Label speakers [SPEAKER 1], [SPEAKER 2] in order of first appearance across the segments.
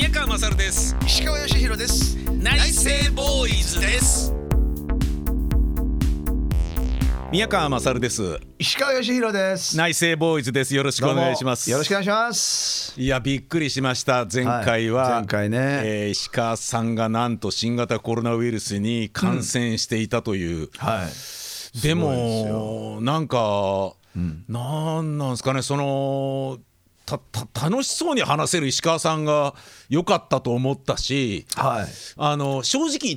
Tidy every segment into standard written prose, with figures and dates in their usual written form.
[SPEAKER 1] 宮川勝です。
[SPEAKER 2] 石川義弘です。
[SPEAKER 1] 内政ボーイズです。宮川勝です。
[SPEAKER 2] 石川義弘です。
[SPEAKER 1] 内政ボーイズです。よろしくお願いします。
[SPEAKER 2] よろしくお願いします。
[SPEAKER 1] いやびっくりしました。前回は、
[SPEAKER 2] 前回ね、
[SPEAKER 1] 石川さんがなんと新型コロナウイルスに感染していたという、でもなんか、なんですかね、その楽しそうに話せる石川さんが良かったと思ったし、正直言って、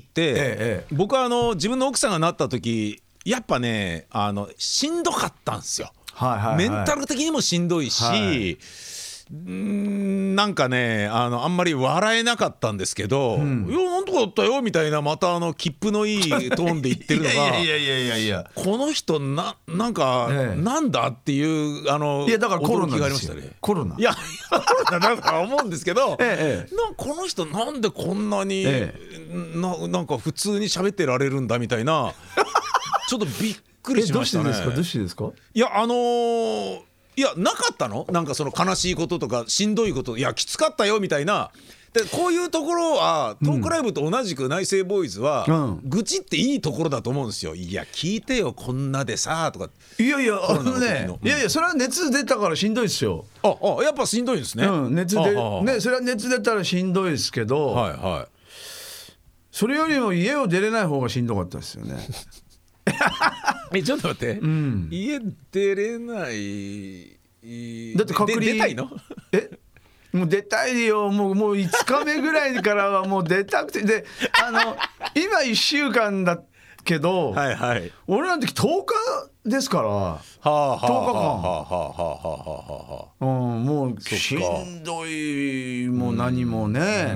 [SPEAKER 1] 僕は自分の奥さんがなった時やっぱねしんどかったんですよ。メンタル的にもしんどいし、なんかねあんまり笑えなかったんですけど、いやなんとかだったよみたいな、また切符のいいトーンで言ってるのが
[SPEAKER 2] いや
[SPEAKER 1] この人なんか、なんだっていう
[SPEAKER 2] いやだからコロナ
[SPEAKER 1] 驚きがありましたね。
[SPEAKER 2] コロナ
[SPEAKER 1] いやコロナだから思うんですけど、この人なんでこんなに、なんか普通に喋ってられるんだみたいなちょっとびっくりしましたね。
[SPEAKER 2] どうしてですか？
[SPEAKER 1] いやいやなかったの？なんかその悲しいこととかしんどいこと、いやきつかったよみたいな。でこういうところはトークライブと同じく内政ボーイズは、愚痴っていいところだと思うんですよ。いや聞いてよこんなでさとか。
[SPEAKER 2] いやそれは熱出たからしんどいですよ。
[SPEAKER 1] やっぱしんどいですね。
[SPEAKER 2] 熱でね、それは熱出たらしんどいですけど、それよりも家を出れない方がしんどかったですよね。
[SPEAKER 1] ちょっと待って、家出れない。
[SPEAKER 2] だって隔離
[SPEAKER 1] 出たいの？
[SPEAKER 2] もう出たいよ。もう5日目ぐらいからはもう出たくてで今1週間だけど、俺らの時10日ですから、10日間、もうしんどいも何もね。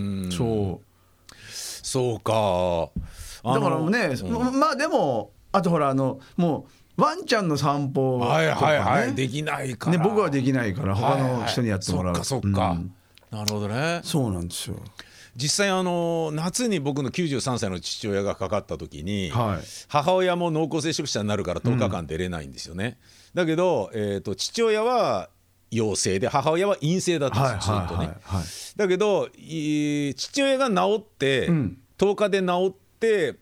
[SPEAKER 1] そうか。
[SPEAKER 2] だからね、まあでもあとほらもうワンちゃんの散歩とかね、
[SPEAKER 1] できないから、
[SPEAKER 2] 僕はできないから他の人にやってもらう。
[SPEAKER 1] そっか、なるほどね。
[SPEAKER 2] そうなんですよ。
[SPEAKER 1] 実際夏に僕の93歳の父親がかかった時に、母親も濃厚接触者になるから10日間出れないんですよね。だけど、父親は陽性で母親は陰性だったんですよ、ずっとね。だけど父親が治って、10日で治って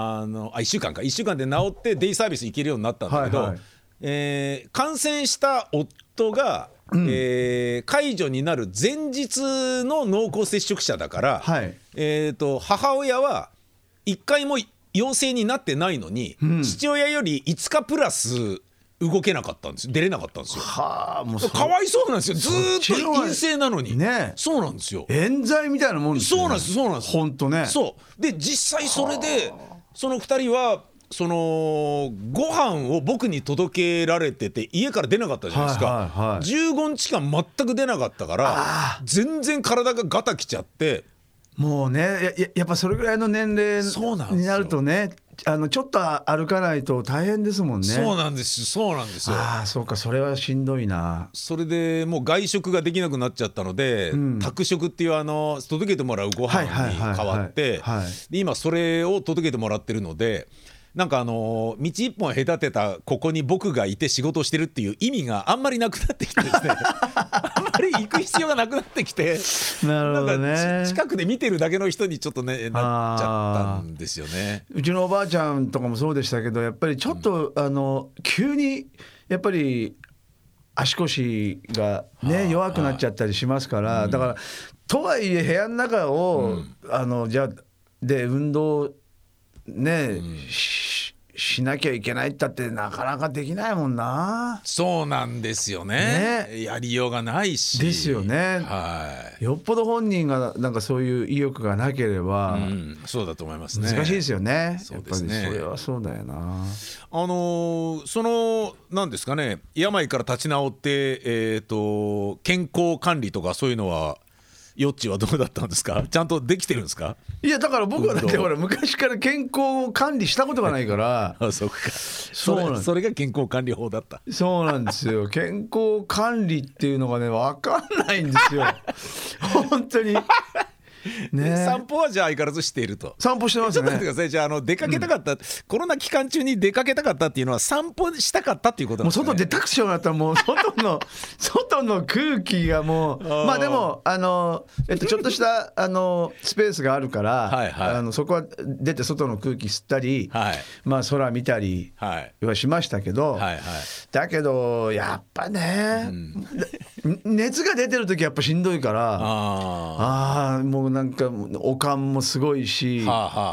[SPEAKER 1] 1週間で治ってデイサービス行けるようになったんだけど、感染した夫が、解除になる前日の濃厚接触者だから、母親は1回も陽性になってないのに、父親より5日プラス動けなかったんですよ。出れなかったんですよ。かわいそうなんですよ。ずーっと陰性なのに。そうなんですよ。
[SPEAKER 2] 冤罪みたいなもんですよね。そうなんです。本当ね。
[SPEAKER 1] そうで実際それでその2人はご飯を僕に届けられてて家から出なかったじゃないですか。15日間全く出なかったから全然体がガタきちゃって、
[SPEAKER 2] もうねやっぱそれぐらいの年齢になるとね、ちょっと歩かないと大変ですもんね。そうなんですよ。そうか、それはしんどいな。
[SPEAKER 1] それでもう外食ができなくなっちゃったので、宅食っていう届けてもらうご飯に変わって、で今それを届けてもらってるので、なんか道一本隔てたここに僕がいて仕事をしてるっていう意味があんまりなくなってきてですねあんまり行く必要がなくなってきて、
[SPEAKER 2] なるほどね、
[SPEAKER 1] なんか近くで見てるだけの人にちょっとねなっちゃったんですよね。
[SPEAKER 2] うちのおばあちゃんとかもそうでしたけど、やっぱりちょっと、急にやっぱり足腰がね弱くなっちゃったりしますから、だからとはいえ部屋の中を、じゃあで運動ね、しなきゃいけないったってなかなかできないもんな。
[SPEAKER 1] そうなんですよ ね。やりようがないし
[SPEAKER 2] ですよね。よっぽど本人がなんかそういう意欲がなければ、
[SPEAKER 1] そうだと思いますね。
[SPEAKER 2] 難しいですよね。
[SPEAKER 1] そうですね。
[SPEAKER 2] やっぱりそれはそうだよな。
[SPEAKER 1] なんですかね、病から立ち直って健康管理とかそういうのはヨッチはどうだったんですか？ちゃんとできてるんですか？
[SPEAKER 2] いやだから僕はだってほら昔から健康を管理したことがないから
[SPEAKER 1] そうか、それが健康管理法だった。
[SPEAKER 2] そうなんですよ。健康管理っていうのがね分かんないんですよ本当に。
[SPEAKER 1] 散歩はじゃあ相変わらずしていると。
[SPEAKER 2] 散歩してますね。
[SPEAKER 1] ちょっと待ってください。じゃあ出かけたかった、コロナ期間中に出かけたかったっていうのは散歩したかったっていうことなんですかね。
[SPEAKER 2] もう外出たくしようになったらもう外の空気がもうまあでもちょっとしたスペースがあるから、はいはい、そこは出て外の空気吸ったり、はい、まあ空見たりはしましたけど、はいはい、だけどやっぱね、熱が出てる時やっぱしんどいから、もうなんかおかんもすごいし、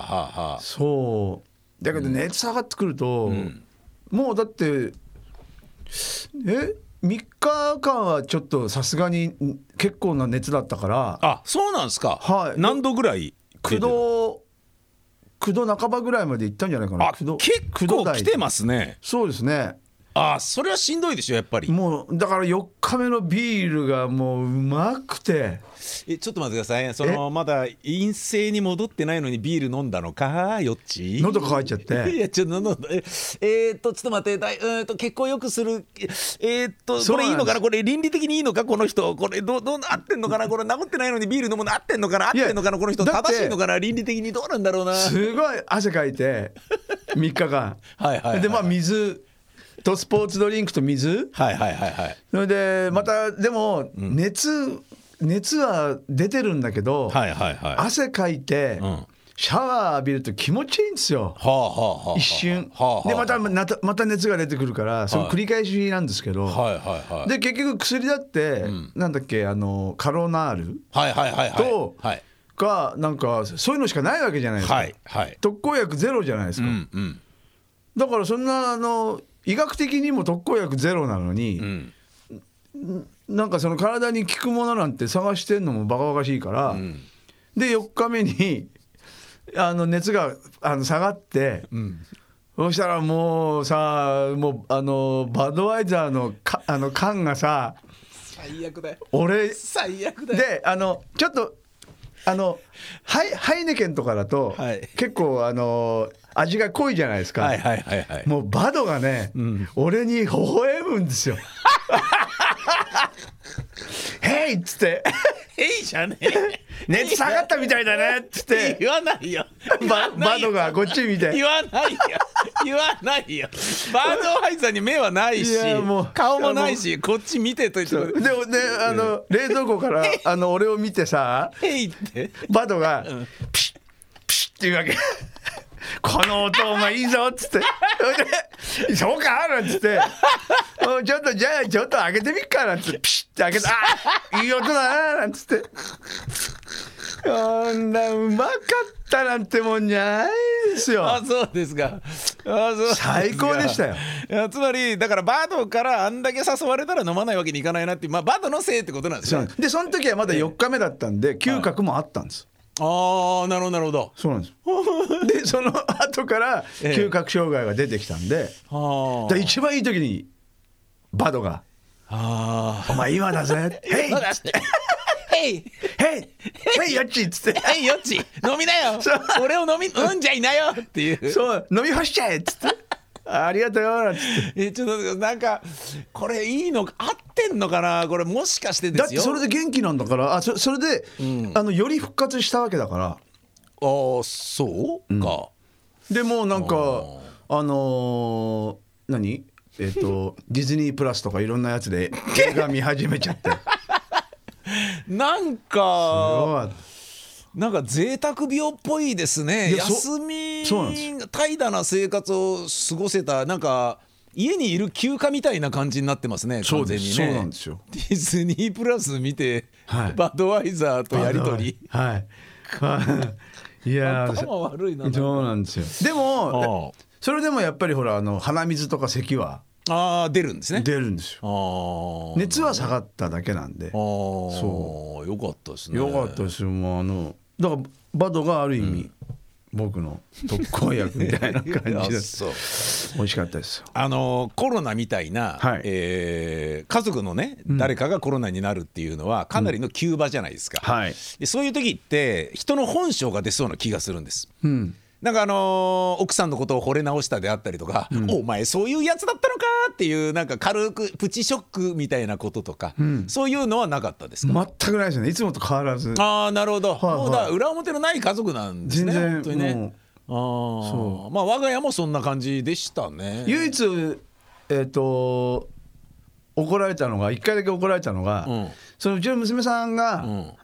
[SPEAKER 2] そうだけど熱下がってくると、もうだって3日間はちょっとさすがに結構な熱だったから。
[SPEAKER 1] あ、そうなんですか。
[SPEAKER 2] はい、
[SPEAKER 1] 何度ぐらい
[SPEAKER 2] 9度半ばぐらいまでいったんじゃないかな。
[SPEAKER 1] 結構来てますね。
[SPEAKER 2] そうですね。
[SPEAKER 1] それはしんどいでしょやっぱり。
[SPEAKER 2] もうだから4日目のビールがもううまくて。
[SPEAKER 1] ちょっと待ってください。まだ陰性に戻ってないのにビール飲んだのか、よっち。
[SPEAKER 2] 喉乾いちゃって。
[SPEAKER 1] いやちょっとちょっと待って、血行よくするこれいいのかな、これ倫理的にいいのか、この人これどう合ってんのかな、これ治ってないのにビール飲むの合ってんのかな、合ってんのかな、この人正しいのかな、倫理的にどうなんだろうな。
[SPEAKER 2] すごい汗かいて3日間
[SPEAKER 1] はいはい、はい、
[SPEAKER 2] でまあ水とスポーツドリンクと水、
[SPEAKER 1] はいはいはいはい、
[SPEAKER 2] それでまたでも熱は出てるんだけど、はいはいはい、汗かいて、シャワー浴びると気持ちいいんですよ、一瞬、でまた熱が出てくるからその繰り返しなんですけど、で結局薬だって、なんだっけカロナールとがなんかそういうのしかないわけじゃないですか、特効薬ゼロじゃないですか、だからそんな医学的にも特効薬ゼロなのに、なんかその体に効くものなんて探してんのもバカバカしいから、で4日目に熱が下がって、そうしたらもうさ、もうバドワイザーの缶がさ、
[SPEAKER 1] 最悪だよ、
[SPEAKER 2] 俺
[SPEAKER 1] 最悪だよ。
[SPEAKER 2] でちょっとハイネケンとかだと、結構味が濃いじゃないですか、もうバドがね、俺に微笑むんですよヘイっつって
[SPEAKER 1] ヘイじゃねえ
[SPEAKER 2] 熱下がったみたいだねっつって
[SPEAKER 1] 言わないよ
[SPEAKER 2] バドがこっち見て
[SPEAKER 1] 言わないよバードワイザーに目はないし顔もないしこっち見てと言って。
[SPEAKER 2] で冷蔵庫から俺を見てさ
[SPEAKER 1] ヘイって
[SPEAKER 2] バドがピシッピシッって言うわけこの音お前いいぞっつってそうかなんつってちょっとじゃあちょっと開けてみっかなんつってピシッて開けたいい音だななんつってこんなうまかったなんてもんじゃないですよ。
[SPEAKER 1] そうですか。
[SPEAKER 2] 最高でしたよ。
[SPEAKER 1] いやつまりだからバドからあんだけ誘われたら飲まないわけにいかないなって、バドのせいってことなんですよ。
[SPEAKER 2] でその時はまだ4日目だったんで嗅覚もあったんです。
[SPEAKER 1] なるほどなるほど。
[SPEAKER 2] そうなんですでその後から嗅覚障害が出てきたんで、で一番いい時にバドがお前今だぜヘイっつってヘイヨッチっつって
[SPEAKER 1] ヘイヨッチ飲みなよ俺を飲んじゃいなよっていう
[SPEAKER 2] そう飲み干しちゃえっつってありがとうよなんつって
[SPEAKER 1] ちょっとなんかこれいいの合ってんのかな、これもしかしてですよ。
[SPEAKER 2] だってそれで元気なんだからそれで、より復活したわけだから。
[SPEAKER 1] そうか、
[SPEAKER 2] でもなんか何ディズニープラスとかいろんなやつで映画見始めちゃって
[SPEAKER 1] なんか贅沢病っぽいですね。休み怠惰な生活を過ごせた、なんか家にいる休暇みたいな感じになってますね、完全にね。
[SPEAKER 2] そうなんですよ。
[SPEAKER 1] ディズニープラス見て、バドワイザーとやり取り
[SPEAKER 2] いや
[SPEAKER 1] 頭悪いな。
[SPEAKER 2] そうなんですよ。でもそれでもやっぱりほら鼻水とか咳は
[SPEAKER 1] 出るんですね。
[SPEAKER 2] 出るんですよ。熱は下がっただけなんで。
[SPEAKER 1] そうよかったですね。
[SPEAKER 2] よかったですよ。もうだからバドがある意味、僕の特効薬みたいな感じです美味しかったですよ。
[SPEAKER 1] コロナみたいな、家族のね、誰かがコロナになるっていうのはかなりの急場じゃないですか、でそういう時って人の本性が出そうな気がするんです、 なんか奥さんのことを惚れ直したであったりとか、お前そういうやつだったのかっていうなんか軽くプチショックみたいなこととか、そういうのはなかったですか？
[SPEAKER 2] 全くないですね。いつもと変わらず。
[SPEAKER 1] ああ、なるほど、もうだから裏表のない家族なんですね。
[SPEAKER 2] 全然
[SPEAKER 1] 本当にね。そう、まあ我が家もそんな感じでしたね。
[SPEAKER 2] 唯一怒られたのが1回だけ怒られたのが、そのうちの娘さんが、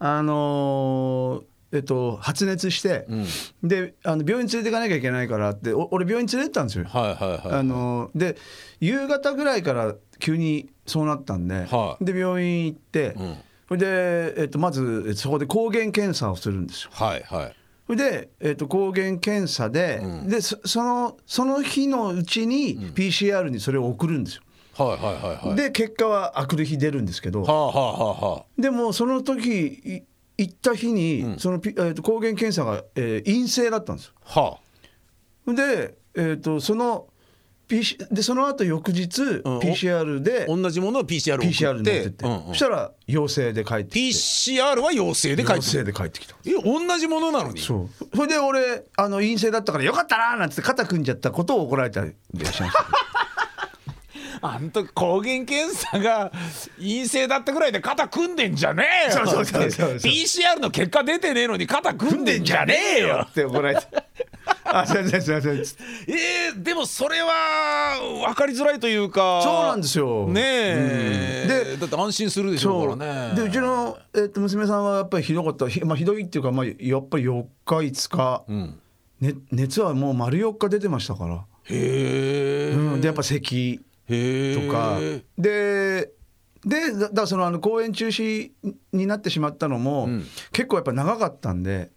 [SPEAKER 2] 発熱して、で病院連れて行かなきゃいけないからって俺病院連れてったんですよ。で夕方ぐらいから急にそうなったんで、で病院行って、それで、まずそこで抗原検査をするんですよ。それで、抗原検査で、でその日のうちに PCR にそれを送るんですよ。で結果は明くる日出るんですけど、でもその時行った日に、その抗原検査が、陰性だったんですよ。で、その後翌日 PCR で
[SPEAKER 1] 同じものを PCR を送って、
[SPEAKER 2] そしたら陽性で帰ってきて、
[SPEAKER 1] PCR は陽性で帰ってきた。同じものなのに。
[SPEAKER 2] それで俺陰性だったからよかったななんて肩組んじゃったことを怒られたりしました
[SPEAKER 1] あんと抗原検査が陰性だったぐらいで肩組んでんじゃねえよ。PCR の結果出てねえのに肩組んでんじゃねえよ
[SPEAKER 2] って怒られてすいま
[SPEAKER 1] せん。でもそれは分かりづらいというか。
[SPEAKER 2] そうなんですよ
[SPEAKER 1] ねえ、でだって安心するでしょうからね。
[SPEAKER 2] でうちの、娘さんはやっぱりひどかった。ひどいっていうか、やっぱり4日5日、熱はもう丸4日出てましたから。でやっぱ咳とかでだからその公演中止になってしまったのも、結構やっぱ長かったんで、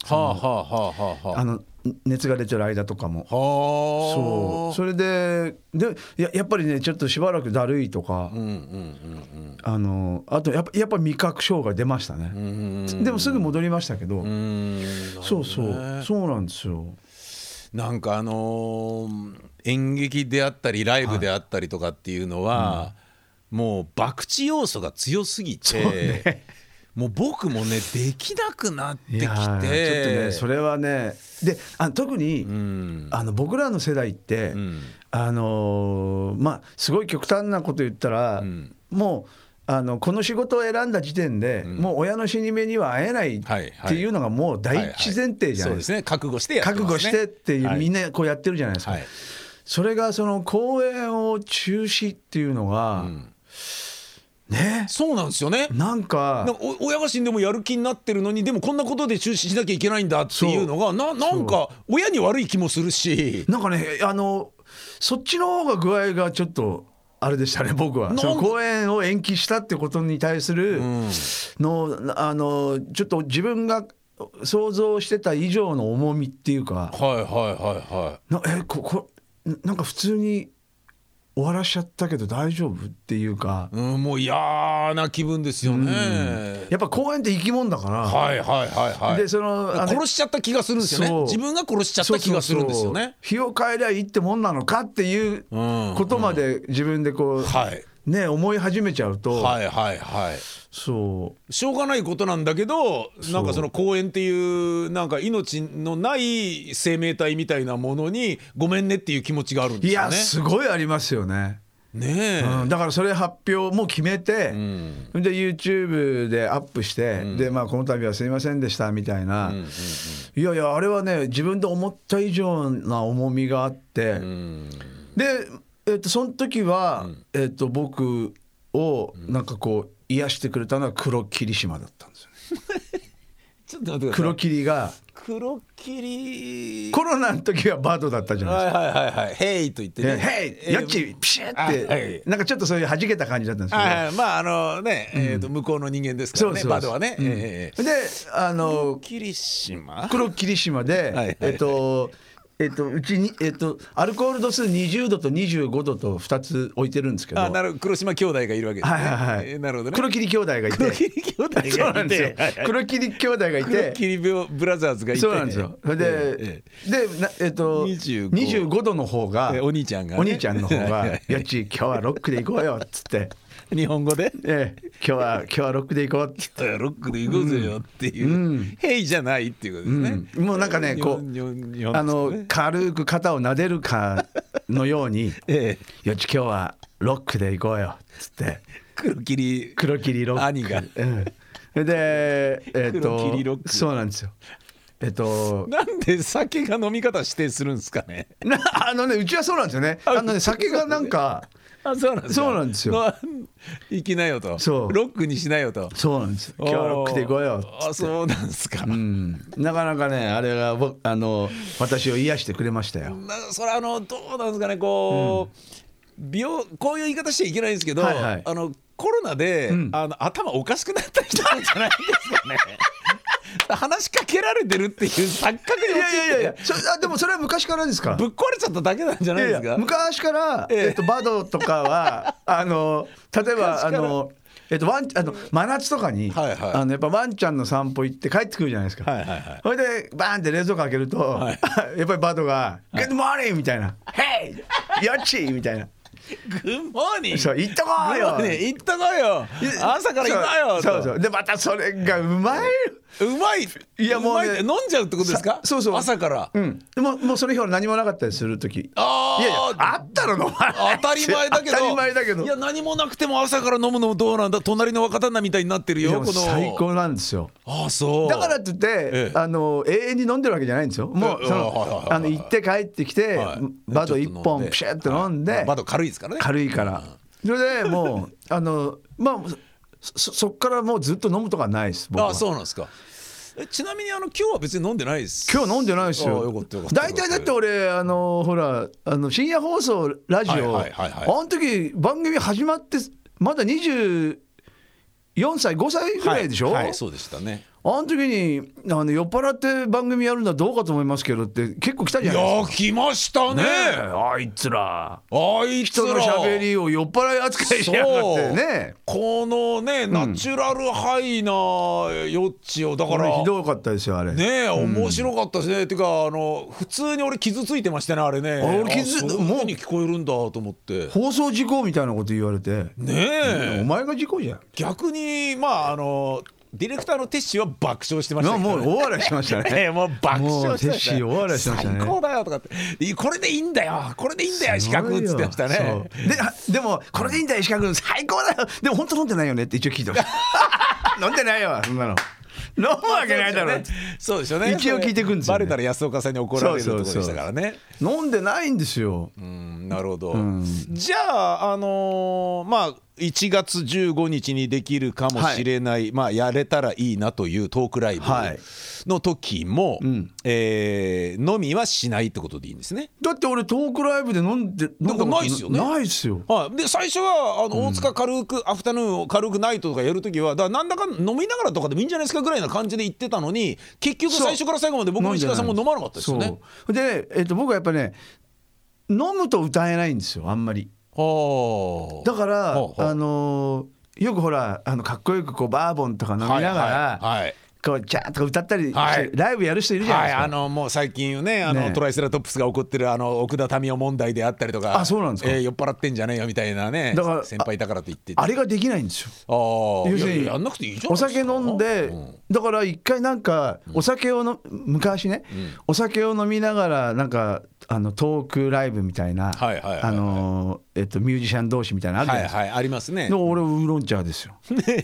[SPEAKER 2] 熱が出てる間とかも。それでやっぱりねちょっとしばらくだるいとか、あとやっぱ味覚障害出ましたね。でもすぐ戻りましたけど。そうなんですよ。
[SPEAKER 1] なんか演劇であったりライブであったりとかっていうのは、もう博打要素が強すぎて、もう僕もねできなくなってきて、ちょっと
[SPEAKER 2] ねそれはね。で特に、僕らの世代って、すごい極端なこと言ったら、もうこの仕事を選んだ時点で、もう親の死に目には会えないっていうのがもう第一前提じゃないですか。
[SPEAKER 1] そうですね、覚悟してやってますね。
[SPEAKER 2] 覚悟してっていう、みんなこうやってるじゃないですか。それがその公演を中止っていうのが、
[SPEAKER 1] そうなんですよね。
[SPEAKER 2] なんか
[SPEAKER 1] 親が死んでもやる気になってるのに、でもこんなことで中止しなきゃいけないんだっていうのがなんか親に悪い気もするし、
[SPEAKER 2] なんかねそっちの方が具合がちょっとあれでしたね。僕はその公演を延期したってことに対するの、ちょっと自分が想像してた以上の重みっていうか、なんか普通に終わらしちゃったけど大丈夫っていうか、
[SPEAKER 1] もう嫌な気分ですよね。
[SPEAKER 2] やっぱ公演って生き物だから、で
[SPEAKER 1] 殺しちゃった気がするんですよね。自分が殺しちゃった気がするんですよね。
[SPEAKER 2] 日を変えりゃいいってもんなのかっていうことまで自分でこう、思い始めちゃうと、しょ
[SPEAKER 1] うがないことなんだけど、なんかその公演っていうなんか命のない生命体みたいなものにごめんねっていう気持ちがあるんですよね。
[SPEAKER 2] いやすごいありますよね。だからそれ発表も決めて、で YouTube でアップして、でこの度はすいませんでしたみたいな、いやあれはね自分で思った以上な重みがあって、でその時は、僕をなんかこう癒してくれたのは黒霧島だったんですよね。
[SPEAKER 1] ちょっと待ってください。
[SPEAKER 2] 黒霧が
[SPEAKER 1] 黒霧
[SPEAKER 2] コロナの時はバードだったじゃないですか。
[SPEAKER 1] ヘイと言ってね、
[SPEAKER 2] ヘイやっちピシッって、なんかちょっとそういう弾けた感じだったんですけど、
[SPEAKER 1] 向こうの人間ですからね、バードはね。で
[SPEAKER 2] 黒霧島でうちにアルコール度数20度と25度と2つ置いてるんですけど、
[SPEAKER 1] 黒島兄弟がいるわけですね。なるほどね。
[SPEAKER 2] 黒霧兄弟がいて、黒霧兄弟がいて、黒霧兄弟がいて、
[SPEAKER 1] 黒霧ブラザーズがいて、
[SPEAKER 2] そうなんですよ。で25度の方が
[SPEAKER 1] お兄ちゃんの方が
[SPEAKER 2] 「やっち今日はロックで行こうよ」っつって
[SPEAKER 1] 日本語で、
[SPEAKER 2] 今日はロックで行こうって
[SPEAKER 1] 今日はロックで行こうぜよっていう、ヘイじゃないっていうことですね、
[SPEAKER 2] もうなんかねこう軽く肩を撫でるかのように、よっち今日はロックで行こうよっつって
[SPEAKER 1] 黒霧
[SPEAKER 2] ロック
[SPEAKER 1] 兄が、
[SPEAKER 2] で
[SPEAKER 1] 黒霧ロック、
[SPEAKER 2] そうなんですよ。
[SPEAKER 1] なんで酒が飲み方指定するんですかね。
[SPEAKER 2] うちはそうなんですよね。酒がなんかそうなんですよ。
[SPEAKER 1] 行きなよと、ロックにしなよと。
[SPEAKER 2] そうなんですよ。今日はロックで行こうよ。
[SPEAKER 1] そうなんですか。
[SPEAKER 2] なかなかねあれが私を癒してくれましたよ。
[SPEAKER 1] それどうなんですかね、こうこういう言い方しちゃいけないんですけど、コロナで、頭おかしくなった人なんじゃないですかね。話しかけられてるっていう錯覚に陥って。いや
[SPEAKER 2] でもそれは昔からですから。
[SPEAKER 1] ぶっ壊れちゃっただけなんじゃないですか。
[SPEAKER 2] 昔から、バドとかは例えば真夏とかに、やっぱワンちゃんの散歩行って帰ってくるじゃないですか。それでバーンって冷蔵庫開けると、やっぱりバドが「グッドモーニング」みたいな「ヘイヨッチー」みたいな。
[SPEAKER 1] グッモーニング。
[SPEAKER 2] そう、行っとこうよ。
[SPEAKER 1] 行っとこうよ。朝から行こうよ。
[SPEAKER 2] そう。でまたそれがうまい。
[SPEAKER 1] いやもうね、飲んじゃうってことですか。そう朝から。
[SPEAKER 2] でもその日は何もなかったりする時。いやあったら飲まない。
[SPEAKER 1] 当たり前だけど。いや何もなくても朝から飲むのどうなんだ。隣の若旦那みたいになってるよ。
[SPEAKER 2] 最高なんですよ。
[SPEAKER 1] そう。
[SPEAKER 2] だからって言って永遠に飲んでるわけじゃないんですよ。もう行って帰ってきてバド1本ピシャッと飲んで。
[SPEAKER 1] バド軽いですからね。
[SPEAKER 2] 軽いから。それでもうそっからもうずっと飲むとかないです。
[SPEAKER 1] そうなんですか。ちなみに今日は別に飲んでないです。
[SPEAKER 2] 今日飲んでないですよ。大体だって俺ほら深夜放送ラジオ、あの時番組始まってまだ24歳5歳ぐらいでしょ。
[SPEAKER 1] そうでしたね。
[SPEAKER 2] あの時に酔っ払って番組やるのはどうかと思いますけどって結構来たじゃないですか。
[SPEAKER 1] 来ましたね。
[SPEAKER 2] あいつら人のしゃべりを酔っ払い扱いしやがってね。
[SPEAKER 1] このねナチュラルハイなヨッチをだから
[SPEAKER 2] ひどかったですよあれ
[SPEAKER 1] ね。面白かったですね。っていうか普通に俺傷ついてましたねあれね。そういう風に聞こえるんだと思って。
[SPEAKER 2] 放送事故みたいなこと言われてお前が事故じゃん。
[SPEAKER 1] 逆にディレクターのテッシーは爆笑してましたね。
[SPEAKER 2] もう大笑いしてましたね。
[SPEAKER 1] もう爆笑してましたね。
[SPEAKER 2] テッシー大笑いしてましたね。
[SPEAKER 1] 最高だよとかってこれでいいんだよ資格っつってましたね。
[SPEAKER 2] でもこれでいいんだよ資格最高だよ。でも本当飲んでないよねって一応聞いてました。飲んでないよそんなの。飲むわけないだろ。
[SPEAKER 1] そうですよね。
[SPEAKER 2] 一応聞いてくんですよ。
[SPEAKER 1] バレたら安岡さんに怒られるところでしたからね。
[SPEAKER 2] 飲んでないんですよ。
[SPEAKER 1] なるほど。じゃあ1月15日にできるかもしれない、やれたらいいなというトークライブの時も、飲みはしないってことでいいんですね。
[SPEAKER 2] だって俺トークライブで飲んだこと
[SPEAKER 1] ないですよね。
[SPEAKER 2] ないですよ。
[SPEAKER 1] で最初は大塚軽くアフタヌーン軽くナイトとかやる時はなんだか飲みながらとかでもいいんじゃないですかぐらいな感じで言ってたのに、結局最初から最後まで僕も石川さんも飲まなかったですよね。
[SPEAKER 2] で、僕はやっぱね飲むと歌えないんですよあんまり。だからよくほらかっこよくこうバーボンとか飲みながらこうチャーとか歌ったりしてライブやる人いるじゃないですか。
[SPEAKER 1] もう最近ねトライセラトップスが起こってる奥田民生問題であったりとか。
[SPEAKER 2] そうなんですか。
[SPEAKER 1] 酔っ払ってんじゃねえよみたいなね。だから先輩だからと言って
[SPEAKER 2] あれができないんですよ。
[SPEAKER 1] 要するにやんなくていいじゃん。
[SPEAKER 2] お酒飲んでだから一回なんかお酒を昔ねお酒を飲みながらなんかトークライブみたいなミュージシャン同士みたいなのあるじゃないですか。
[SPEAKER 1] ありますね。
[SPEAKER 2] 俺ウーロン茶ですよ。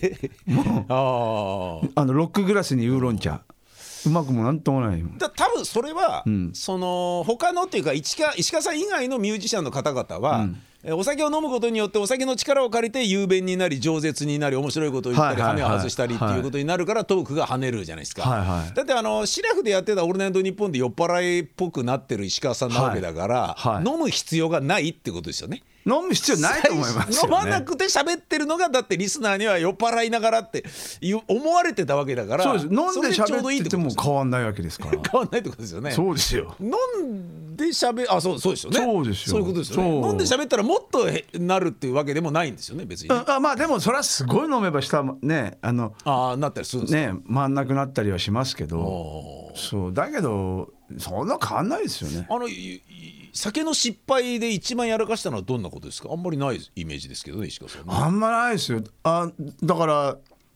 [SPEAKER 2] ロックグラスにウーロン茶うまくもなんともない。
[SPEAKER 1] 多分それは、他のっていうか石川さん以外のミュージシャンの方々は、お酒を飲むことによってお酒の力を借りて雄弁になり饒舌になり面白いことを言ったり羽を外したりっていうことになるからトークが跳ねるじゃないですか。だってシラフでやってた「オールナイトニッポン」で酔っ払いっぽくなってる石川さんなわけだから、飲む必要がないってことですよね。
[SPEAKER 2] 飲む必要ないと思いますよね。
[SPEAKER 1] 飲まなくて喋ってるのがだってリスナーには酔っ払いながらって思われてたわけだから。
[SPEAKER 2] そうです。飲んで喋ってても変わんないわけですから。
[SPEAKER 1] 変わんないってことですよね。
[SPEAKER 2] そうですよ。
[SPEAKER 1] 飲んで喋そうですよね。
[SPEAKER 2] そうですよ。
[SPEAKER 1] そういうことですよね。飲んで喋ったらもっとなるっていうわけでもないんですよね別に。
[SPEAKER 2] でもそれはすごい飲めば下ね
[SPEAKER 1] なったりするんです
[SPEAKER 2] ね回んなくなったりはしますけど。そうだけどそんな変わんないですよね。
[SPEAKER 1] 酒の失敗で一番やらかしたのはどんなことですか？あんまりないイメージですけどね、石川さんね。
[SPEAKER 2] あんまないですよ。だから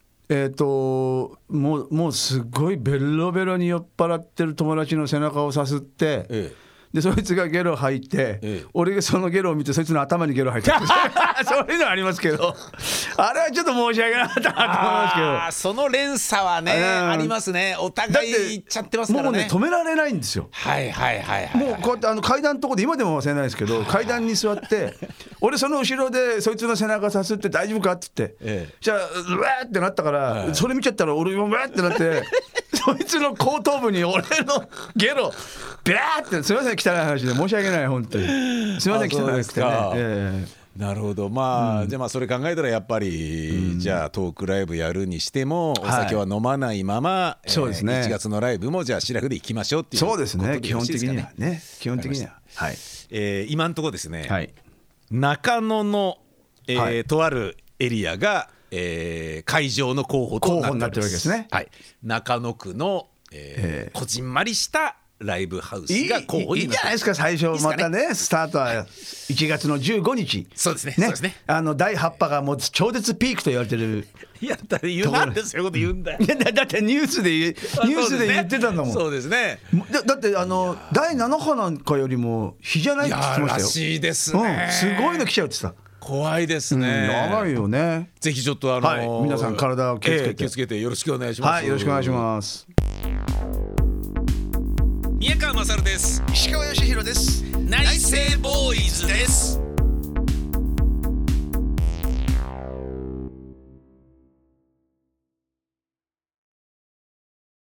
[SPEAKER 2] もうすごいベロベロに酔っ払ってる友達の背中をさすって、でそいつがゲロ吐いて、俺がそのゲロを見てそいつの頭にゲロ吐いてそういうのありますけど、あれはちょっと申し訳なかったなと思いますけど。
[SPEAKER 1] その連鎖はね、ありますね。お互い言っちゃってますからね。
[SPEAKER 2] もうね止められないんですよ。
[SPEAKER 1] はいはいはいはい。
[SPEAKER 2] もうこうやって階段のとこで今でも忘れないですけど、階段に座って俺その後ろでそいつの背中さすって大丈夫かって言って、じゃあうわーってなったから、それ見ちゃったら俺もうわーってなってそいつの後頭部に俺のゲロビャーって、すみません汚い話で申し訳ない本当にすみません汚くてね。
[SPEAKER 1] なるほど。じゃあそれ考えたらやっぱり、じゃあトークライブやるにしてもお酒は飲まないまま、
[SPEAKER 2] そうですね、
[SPEAKER 1] 1月のライブもじゃあシラフで行きましょうっていうことで
[SPEAKER 2] そうですね、基本的にはね、基本的には、はい、
[SPEAKER 1] 今のところですね、
[SPEAKER 2] はい、
[SPEAKER 1] 中野の、とあるエリアが、会場の候補となってるわけですね。はい、中野区の、こじんまりしたライブハウスが候補になっていいんじゃないですか。
[SPEAKER 2] 最初またね、スタートは1月の15日。
[SPEAKER 1] そうですね。そうですね。
[SPEAKER 2] 第8波がもう超絶ピークと言われてる。
[SPEAKER 1] いやだって言うなんでそういうこと言うんだよ。
[SPEAKER 2] いやだってニュースで言ってたんだもん。
[SPEAKER 1] そうですね。
[SPEAKER 2] だって第7波なんかよりも日じゃないって言ってましたよ。
[SPEAKER 1] らしいですね。
[SPEAKER 2] すごいの来ちゃうってさ。
[SPEAKER 1] 怖いですね。
[SPEAKER 2] やばいよね。
[SPEAKER 1] ぜひちょっと
[SPEAKER 2] 皆さん体を気をつけて
[SPEAKER 1] よろしくお願いします。
[SPEAKER 2] はい、よろしくお願いします。
[SPEAKER 1] 宮川勝です。
[SPEAKER 2] 石川義弘です。
[SPEAKER 1] 内政ボーイズです。